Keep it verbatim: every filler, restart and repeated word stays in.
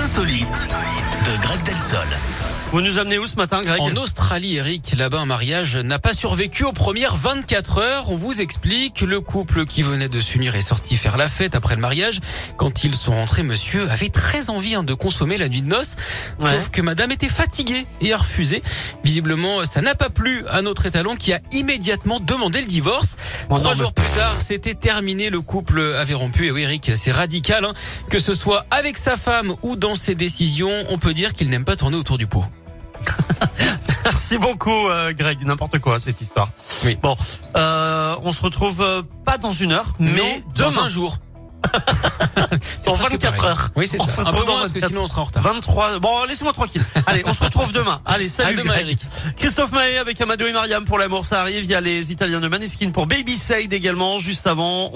insolite de Greg Delsol. Vous nous amenez où ce matin, Greg ? En Australie, Eric, là-bas, un mariage n'a pas survécu aux premières vingt-quatre heures. On vous explique, le couple qui venait de s'unir est sorti faire la fête après le mariage. Quand ils sont rentrés, monsieur avait très envie hein, de consommer la nuit de noces. Ouais. Sauf que madame était fatiguée et a refusé. Visiblement, ça n'a pas plu à notre étalon qui a immédiatement demandé le divorce. Oh Trois non, jours mais... plus tard, c'était terminé. Le couple avait rompu. Et oui, Eric, c'est radical. Hein. Que ce soit avec sa femme ou dans ses décisions, on peut dire qu'il n'aime pas tourner autour du pot. Merci beaucoup, euh, Greg. N'importe quoi, cette histoire. Oui. Bon, euh, on se retrouve euh, pas dans une heure, mais non, demain. Dans un jour. Dans vingt-quatre heures. Oui, c'est on ça. Se un peu moins, parce que sinon on sera en retard. vingt-trois. Bon, laissez-moi tranquille. Allez, on se retrouve demain. Allez, salut, demain, Greg. Eric. Christophe Maé avec Amadou et Mariam pour l'amour, ça arrive. Il y a les Italiens de Maneskin pour Baby Sade également, juste avant.